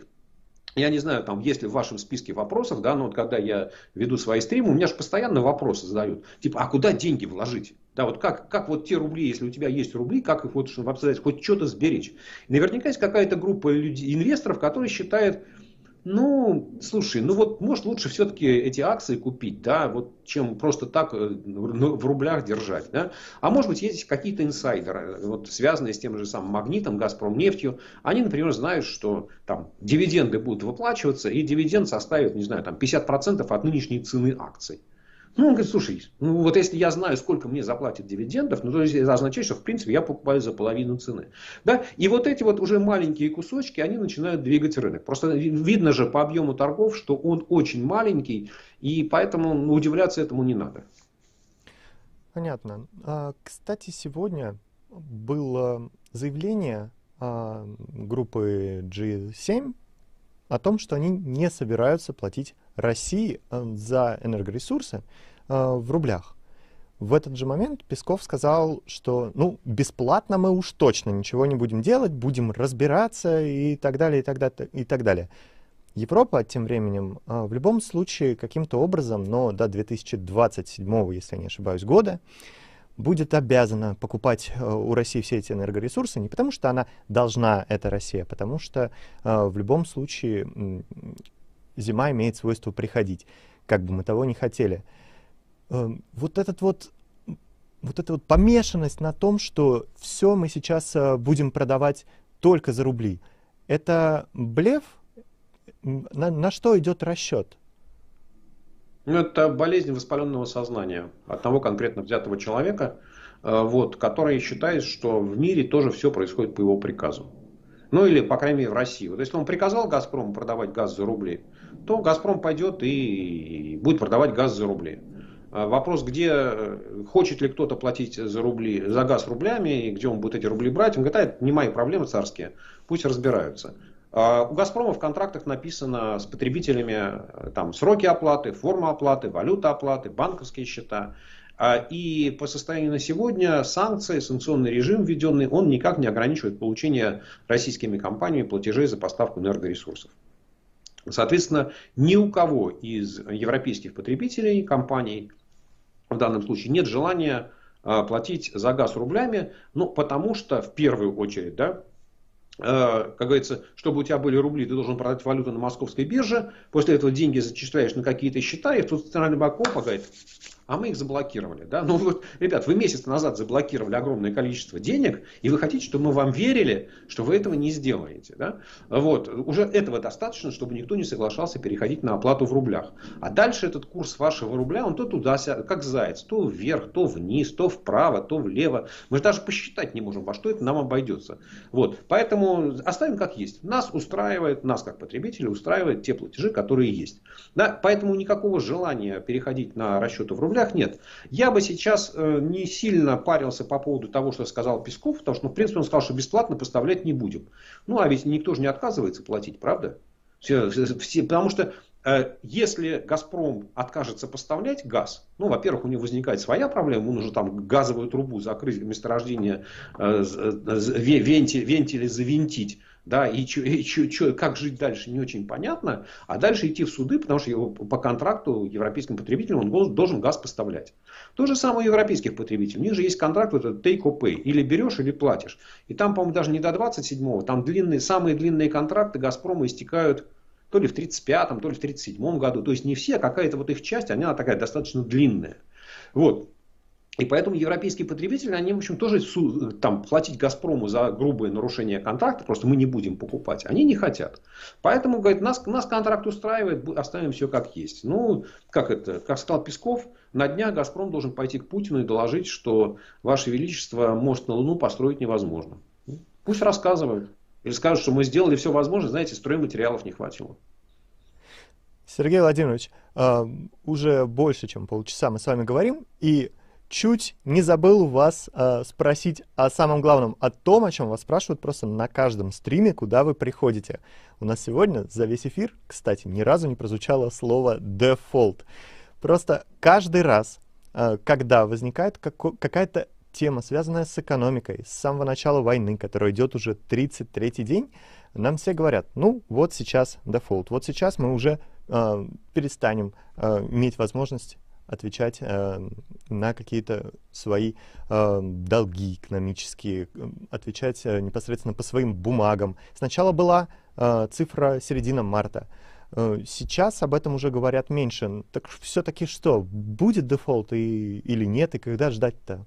Я не знаю, там, есть ли в вашем списке вопросов, да, но вот когда я веду свои стримы, у меня же постоянно вопросы задают. Типа, а куда деньги вложить? Да, вот как, как вот те рубли, если у тебя есть рубли, как их вот, чтобы хоть что-то сберечь? Наверняка есть какая-то группа людей, инвесторов, которые считают, ну, слушай, ну вот, может, лучше все-таки эти акции купить, да, вот, чем просто так в рублях держать, да. А может быть, есть какие-то инсайдеры, вот, связанные с тем же самым Магнитом, Газпромнефтью. Они, например, знают, что там дивиденды будут выплачиваться, и дивиденд составит, не знаю, там пятьдесят процентов от нынешней цены акций. Ну, он говорит, слушай, ну вот если я знаю, сколько мне заплатят дивидендов, ну, то есть это означает, что в принципе я покупаю за половину цены. Да? И вот эти вот уже маленькие кусочки, они начинают двигать рынок. Просто видно же по объему торгов, что он очень маленький, и поэтому удивляться этому не надо. Понятно. А, кстати, сегодня было заявление а, группы джи семь о том, что они не собираются платить России за энергоресурсы в рублях. В этот же момент Песков сказал, что ну, бесплатно мы уж точно ничего не будем делать, будем разбираться и так далее, и так далее, и так далее. Европа тем временем в любом случае каким-то образом, но до две тысячи двадцать седьмого, если я не ошибаюсь, года, будет обязана покупать у России все эти энергоресурсы не потому, что она должна, это Россия, а потому что э, в любом случае э, зима имеет свойство приходить, как бы мы того не хотели. Э, вот этот вот вот эта вот помешанность на том, что все мы сейчас э, будем продавать только за рубли, это блеф? На, на что идет расчет? Ну, это болезнь воспаленного сознания одного конкретно взятого человека, э, вот, который считает, что в мире тоже все происходит по его приказу. Ну или, по крайней мере, в России. Вот если он приказал «Газпрому» продавать газ за рубли, то «Газпром» пойдет и будет продавать газ за рубли. Вопрос, где хочет ли кто-то платить за рубли, за газ рублями, и где он будет эти рубли брать, он говорит, а это не мои проблемы царские, пусть разбираются. А у «Газпрома» в контрактах написано с потребителями там, сроки оплаты, форма оплаты, валюта оплаты, банковские счета. И по состоянию на сегодня санкции, санкционный режим введенный, он никак не ограничивает получение российскими компаниями платежей за поставку энергоресурсов. Соответственно, ни у кого из европейских потребителей, компаний, в данном случае нет желания платить за газ рублями, ну, потому что в первую очередь, да, как говорится, чтобы у тебя были рубли, ты должен продать валюту на московской бирже, после этого деньги зачисляешь на какие-то счета, и тут Центральный банк говорит, а мы их заблокировали. Да? Ну вот, ребят, вы месяц назад заблокировали огромное количество денег, и вы хотите, чтобы мы вам верили, что вы этого не сделаете. Да? Вот. Уже этого достаточно, чтобы никто не соглашался переходить на оплату в рублях. А дальше этот курс вашего рубля, он то туда, как заяц, то вверх, то вниз, то вправо, то влево. Мы же даже посчитать не можем, во что это нам обойдется. Вот. Поэтому оставим как есть. Нас устраивает, нас как потребителей устраивают те платежи, которые есть. Да? Поэтому никакого желания переходить на расчеты в рублях нет. Я бы сейчас э, не сильно парился по поводу того, что сказал Песков, потому что, ну, в принципе, он сказал, что бесплатно поставлять не будем. Ну, а ведь никто же не отказывается платить, правда? Все, все, потому что э, если «Газпром» откажется поставлять газ, ну, во-первых, у него возникает своя проблема, ему нужно там газовую трубу закрыть, месторождение, э, вентиль, вентили завинтить. Да, и, чё, и чё, чё, как жить дальше, не очень понятно. А дальше идти в суды, потому что его, по контракту европейским потребителям он должен, должен газ поставлять. То же самое у европейских потребителей. У них же есть контракт, вот этот take or pay. Или берешь, или платишь. И там, по-моему, даже не до двадцать седьмого. Там длинные, самые длинные контракты «Газпрома» истекают то ли в тридцать пятом, то ли в тридцать седьмом году. То есть не все, а какая-то вот их часть, она такая достаточно длинная. Вот. И поэтому европейские потребители, они, в общем, тоже там, платить «Газпрому» за грубое нарушение контракта, просто мы не будем покупать, они не хотят. Поэтому, говорит, нас, нас контракт устраивает, оставим все как есть. Ну, как это, как сказал Песков, на днях «Газпром» должен пойти к Путину и доложить, что Ваше Величество, мост на Луну построить невозможно. Пусть рассказывают. Или скажут, что мы сделали все возможное, знаете, стройматериалов не хватило. Сергей Владимирович, э, уже больше, чем полчаса мы с вами говорим, и чуть не забыл у вас э, спросить о самом главном, о том, о чем вас спрашивают просто на каждом стриме, куда вы приходите. У нас сегодня за весь эфир, кстати, ни разу не прозвучало слово «дефолт». Просто каждый раз, э, когда возникает како- какая-то тема, связанная с экономикой, с самого начала войны, которая идет уже тридцать третий день, нам все говорят, ну вот сейчас дефолт, вот сейчас мы уже э, перестанем э, иметь возможность отвечать э, на какие-то свои э, долги экономические, отвечать э, непосредственно по своим бумагам. Сначала была э, цифра середина марта. Э, сейчас об этом уже говорят меньше. Так все-таки что, будет дефолт и, или нет, и когда ждать-то?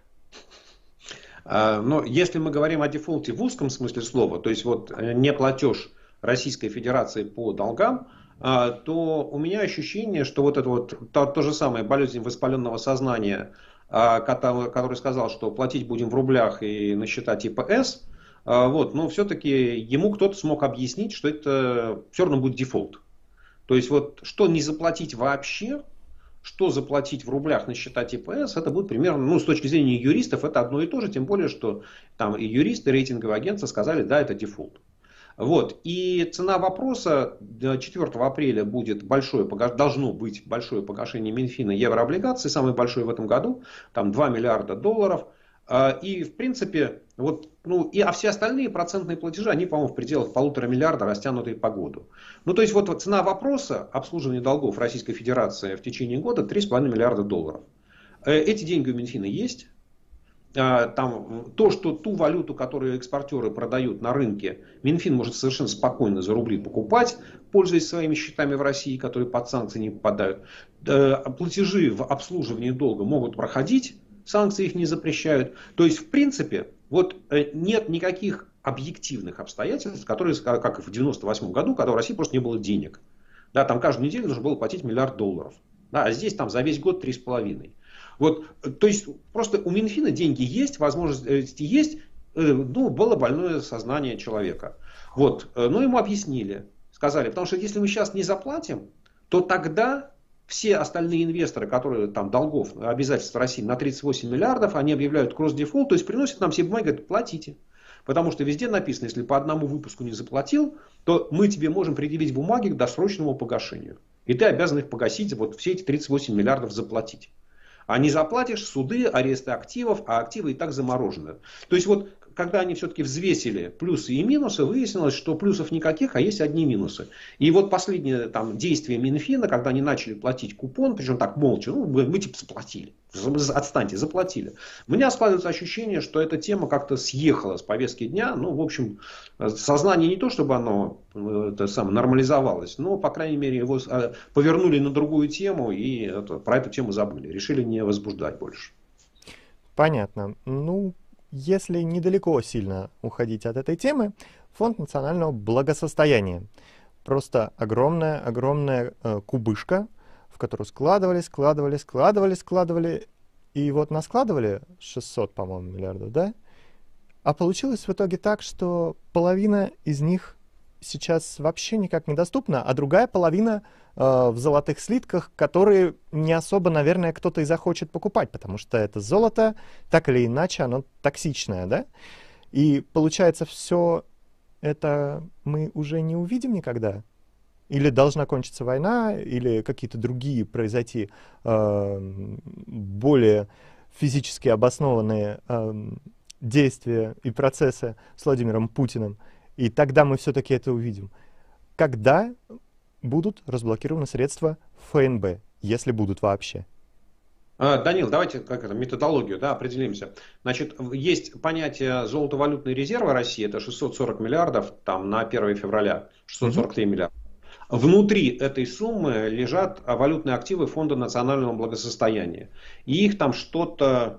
Но если мы говорим о дефолте в узком смысле слова, то есть вот не платеж Российской Федерации по долгам, то у меня ощущение, что вот это вот то, то же самое болезнь воспаленного сознания, который, который сказал, что платить будем в рублях и на счета типа С, вот, но все-таки ему кто-то смог объяснить, что это все равно будет дефолт. То есть вот что не заплатить вообще, что заплатить в рублях на счета типа С, это будет примерно, ну, с точки зрения юристов, это одно и то же, тем более, что там и юристы, и рейтинговые агентства сказали, да, это дефолт. Вот. И цена вопроса до четвёртого апреля будет большое, должно быть большое погашение Минфина еврооблигаций, самое большое в этом году, там два миллиарда долларов. И в принципе, вот, ну, и, а все остальные процентные платежи, они, по-моему, в пределах полутора миллиарда, растянутые по году. Ну, то есть, вот цена вопроса обслуживания долгов Российской Федерации в течение года три с половиной миллиарда долларов. Эти деньги у Минфина есть. Там, то, что ту валюту, которую экспортеры продают на рынке, Минфин может совершенно спокойно за рубли покупать, пользуясь своими счетами в России, которые под санкции не попадают. Платежи в обслуживании долга могут проходить. санкции их не запрещают. То есть, в принципе, вот нет никаких объективных обстоятельств, которые, как и в девяносто восьмом году, когда у России просто не было денег. Да, там каждую неделю нужно было платить миллиард долларов. Да, а здесь там за весь год три с половиной. Вот, то есть просто у Минфина деньги есть, возможности есть, ну, было больное сознание человека. Вот, но ему объяснили, сказали, потому что если мы сейчас не заплатим, то тогда все остальные инвесторы, которые там долгов, обязательств России на тридцать восемь миллиардов, они объявляют кросс-дефолт, то есть приносят нам все бумаги, говорят, платите. Потому что везде написано, если по одному выпуску не заплатил, то мы тебе можем предъявить бумаги к досрочному погашению. И ты обязан их погасить, вот все эти тридцать восемь миллиардов заплатить. А не заплатишь, суды, аресты активов, а активы и так заморожены. То есть вот когда они все-таки взвесили плюсы и минусы, выяснилось, что плюсов никаких, а есть одни минусы. И вот последнее там, действие Минфина, когда они начали платить купон, причем так молча, ну мы, мы типа заплатили, отстаньте, заплатили. У меня складывается ощущение, что эта тема как-то съехала с повестки дня. Ну, в общем, сознание не то, чтобы оно это самое, нормализовалось, но, по крайней мере, его повернули на другую тему и это, про эту тему забыли. Решили не возбуждать больше. Понятно. Ну, если недалеко сильно уходить от этой темы, Фонд национального благосостояния. Просто огромная-огромная э, кубышка, в которую складывали, складывали, складывали, складывали. И вот наскладывали шестьсот, по-моему, миллиардов, да? А получилось в итоге так, что половина из них сейчас вообще никак недоступна, а другая половина э, в золотых слитках, которые не особо, наверное, кто-то и захочет покупать, потому что это золото, так или иначе, оно токсичное, да? И получается, все это мы уже не увидим никогда? Или должна кончиться война, или какие-то другие произойти э, более физически обоснованные э, действия и процессы с Владимиром Путиным, и тогда мы все-таки это увидим. Когда будут разблокированы средства ФНБ, если будут вообще? Данил, давайте как это, методологию да, определимся. Значит, есть понятие золотовалютной резервы России, это шестьсот сорок миллиардов там, на первое февраля, шестьсот сорок три миллиарда. Внутри этой суммы лежат валютные активы Фонда национального благосостояния. И их там что-то,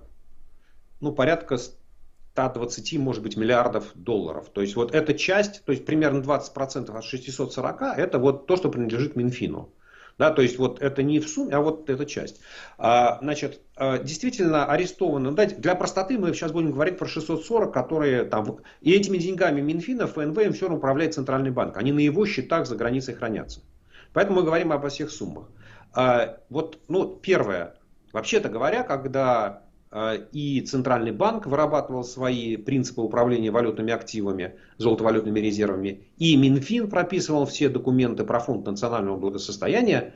ну, порядка ста двадцати, может быть, миллиардов долларов. То есть вот эта часть, то есть примерно двадцать процентов от шестисот сорока, это вот то, что принадлежит Минфину. Да, то есть вот это не в сумме, а вот эта часть. А, значит, действительно арестовано. Для простоты мы сейчас будем говорить про шестьсот сорок, которые там. И этими деньгами Минфина, ФНБ им все равно управляет Центральный банк. Они на его счетах за границей хранятся. Поэтому мы говорим обо всех суммах. А, вот, ну, первое. Вообще-то говоря, когда и Центральный банк вырабатывал свои принципы управления валютными активами, золотовалютными резервами, и Минфин прописывал все документы про Фонд национального благосостояния,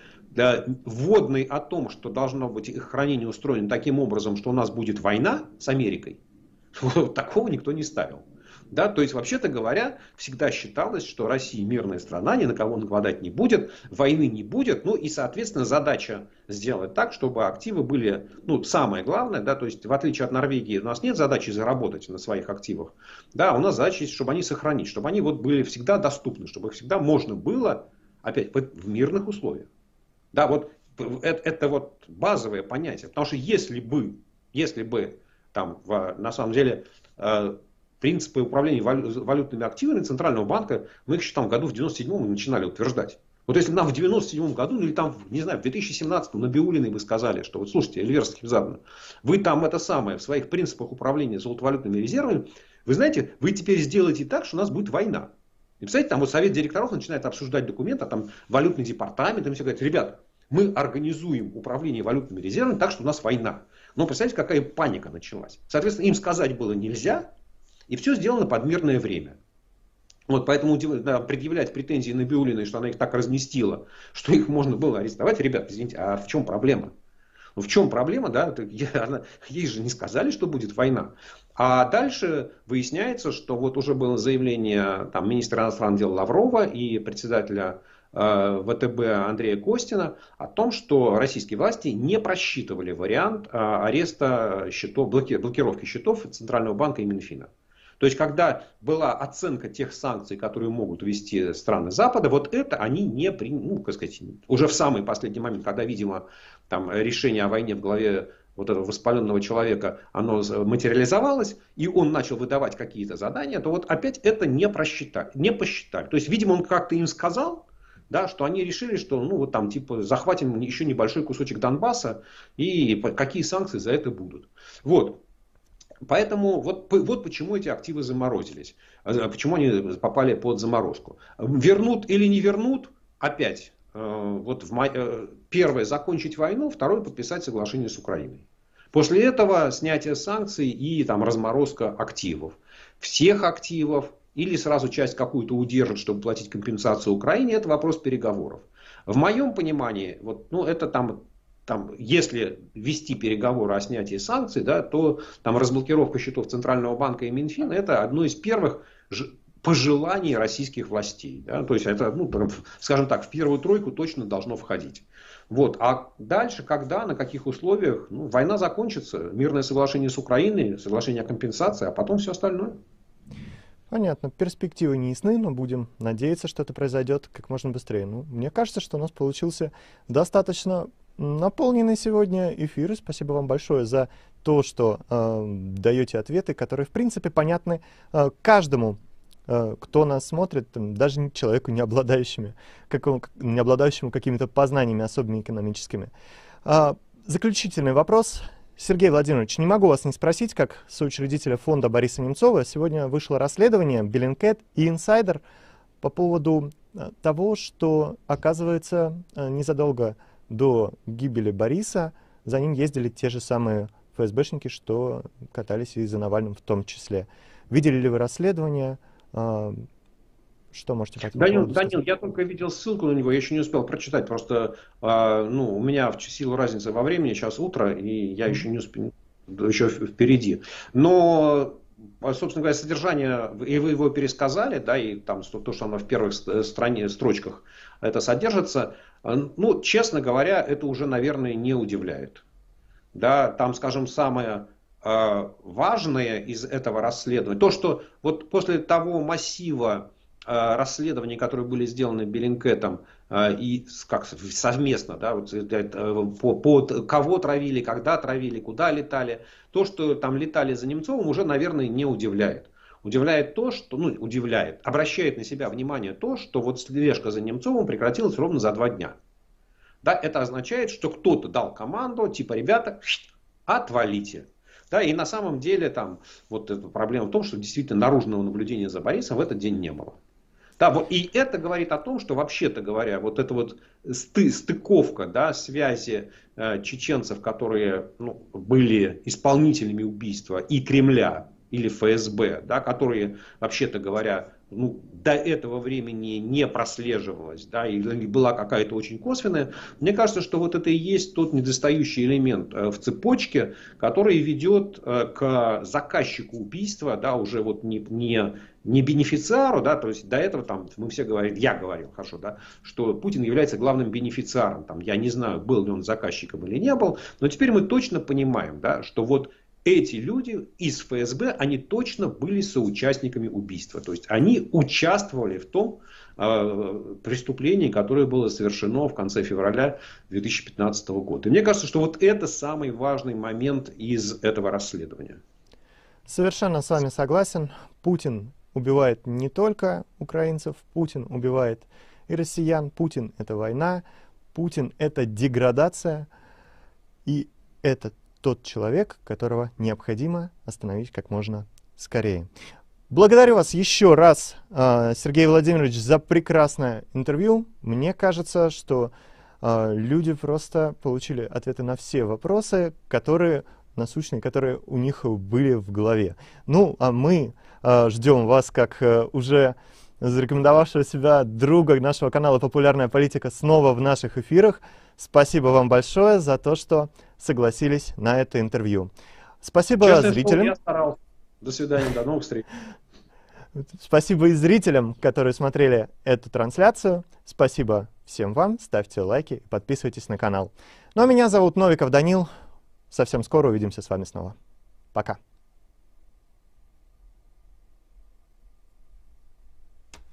вводный о том, что должно быть их хранение устроено таким образом, что у нас будет война с Америкой, такого никто не ставил. Да, то есть, вообще-то говоря, всегда считалось, что Россия мирная страна, ни на кого нападать не будет, войны не будет. Ну и, соответственно, задача сделать так, чтобы активы были, ну, самое главное, да, то есть, в отличие от Норвегии, у нас нет задачи заработать на своих активах. Да, у нас задача есть, чтобы они сохранить, чтобы они вот были всегда доступны, чтобы их всегда можно было, опять, в мирных условиях. Да, вот это, это вот базовое понятие. Потому что если бы, если бы там, в, на самом деле, принципы управления валютными активами Центрального банка, мы их еще там в году в девяносто седьмом начинали утверждать. Вот если нам в девяносто седьмом году, ну или там, не знаю, в две тысячи семнадцатом Набиуллиной бы сказали, что вот слушайте, Эльвира Сахибзадовна, вы там это самое, в своих принципах управления золотовалютными резервами, вы знаете, вы теперь сделаете так, что у нас будет война. И представляете, там вот совет директоров начинает обсуждать документы, а там валютный департамент, и все говорят, ребята, мы организуем управление валютными резервами так, что у нас война. Но представляете, какая паника началась. Соответственно, им сказать было нельзя. И все сделано под мирное время. Вот поэтому да, предъявлять претензии Набиуллиной, что она их так разместила, что их можно было арестовать. Ребят, извините, а в чем проблема? Ну в чем проблема? Да? Ей же не сказали, что будет война. А дальше выясняется, что вот уже было заявление там, министра иностранных дел Лаврова и председателя э, ВТБ Андрея Костина о том, что российские власти не просчитывали вариант э, ареста счетов, блоки, блокировки счетов Центрального банка и Минфина. То есть, когда была оценка тех санкций, которые могут ввести страны Запада, вот это они не приняли, ну, как сказать, уже в самый последний момент, когда, видимо, там, решение о войне в главе вот этого воспаленного человека, оно материализовалось, и он начал выдавать какие-то задания, то вот опять это не просчитали, не посчитали. То есть, видимо, он как-то им сказал, да, что они решили, что ну вот там типа захватим еще небольшой кусочек Донбасса, и какие санкции за это будут. Вот. Поэтому вот, вот почему эти активы заморозились. Почему они попали под заморозку. Вернут или не вернут, опять. Вот в май... Первое, закончить войну, второе, подписать соглашение с Украиной. После этого снятие санкций и там, разморозка активов. Всех активов или сразу часть какую-то удержат, чтобы платить компенсацию Украине, это вопрос переговоров. В моем понимании, вот, ну, это там, там, если вести переговоры о снятии санкций, да, то там, разблокировка счетов Центрального банка и Минфина это одно из первых пожеланий российских властей. Да? То есть это, ну, скажем так, в первую тройку точно должно входить. Вот. А дальше, когда, на каких условиях, ну, война закончится, мирное соглашение с Украиной, соглашение о компенсации, а потом все остальное. Понятно. Перспективы не ясны, но будем надеяться, что это произойдет как можно быстрее. Ну, мне кажется, что у нас получился достаточно наполненный сегодня эфир. Спасибо вам большое за то, что э, даете ответы, которые, в принципе, понятны э, каждому, кто нас смотрит, даже человеку, не обладающему, не обладающему какими-то познаниями, особенно экономическими. Заключительный вопрос. Сергей Владимирович, не могу вас не спросить, как соучредителя фонда Бориса Немцова. Сегодня вышло расследование Bellingcat и Insider по поводу того, что, оказывается, незадолго до гибели Бориса за ним ездили те же самые ФСБшники, что катались и за Навальным в том числе. Видели ли вы расследование? Что можете по этому Данил, поводу сказать? Данил, я только видел ссылку на него, я еще не успел прочитать. Просто ну, у меня в силу разницы во времени, сейчас утро, и я еще не успел, еще впереди. Но, собственно говоря, содержание, и вы его пересказали, да, и там то, что оно в первых стране, строчках это содержится, ну, честно говоря, это уже, наверное, не удивляет. Да, там, скажем, самое важное из этого расследования, то, что вот после того массива расследований, которые были сделаны Bellingcat'ом и как совместно, да, вот, по, по кого травили, когда травили, куда летали, то, что там летали за Немцовым, уже, наверное, не удивляет. Удивляет то, что, ну, удивляет, обращает на себя внимание то, что вот слежка за Немцовым прекратилась ровно за два дня. Да, это означает, что кто-то дал команду, типа, ребята, отвалите. Да, и на самом деле там вот эта проблема в том, что действительно наружного наблюдения за Борисом в этот день не было. Да, вот, и это говорит о том, что вообще-то говоря, вот эта вот сты, стыковка, да, связи э, чеченцев, которые ну, были исполнителями убийства, и Кремля или ФСБ, да, которые вообще-то говоря ну, до этого времени не прослеживалась, да, или была какая-то очень косвенная, мне кажется, что вот это и есть тот недостающий элемент в цепочке, который ведет к заказчику убийства, да, уже вот не, не, не бенефициару, да, то есть до этого там мы все говорили, я говорил, хорошо, да, что Путин является главным бенефициаром, там, я не знаю, был ли он заказчиком или не был, но теперь мы точно понимаем, да, что вот эти люди из ФСБ, они точно были соучастниками убийства. То есть они участвовали в том э, преступлении, которое было совершено в конце февраля две тысячи пятнадцатого года. И мне кажется, что вот это самый важный момент из этого расследования. Совершенно с вами согласен. Путин убивает не только украинцев, Путин убивает и россиян. Путин — это война, Путин — это деградация. И это тот человек, которого необходимо остановить как можно скорее. Благодарю вас еще раз, Сергей Владимирович, за прекрасное интервью. Мне кажется, что люди просто получили ответы на все вопросы, которые насущные, которые у них были в голове. Ну, а мы ждем вас, как уже зарекомендовавшего себя друга нашего канала «Популярная политика», снова в наших эфирах. Спасибо вам большое за то, что согласились на это интервью. Спасибо Честное зрителям. Слово, я старался. До свидания, до новых встреч. Спасибо и зрителям, которые смотрели эту трансляцию. Спасибо всем вам. Ставьте лайки и подписывайтесь на канал. Ну а меня зовут Новиков Данил. Совсем скоро увидимся с вами снова. Пока.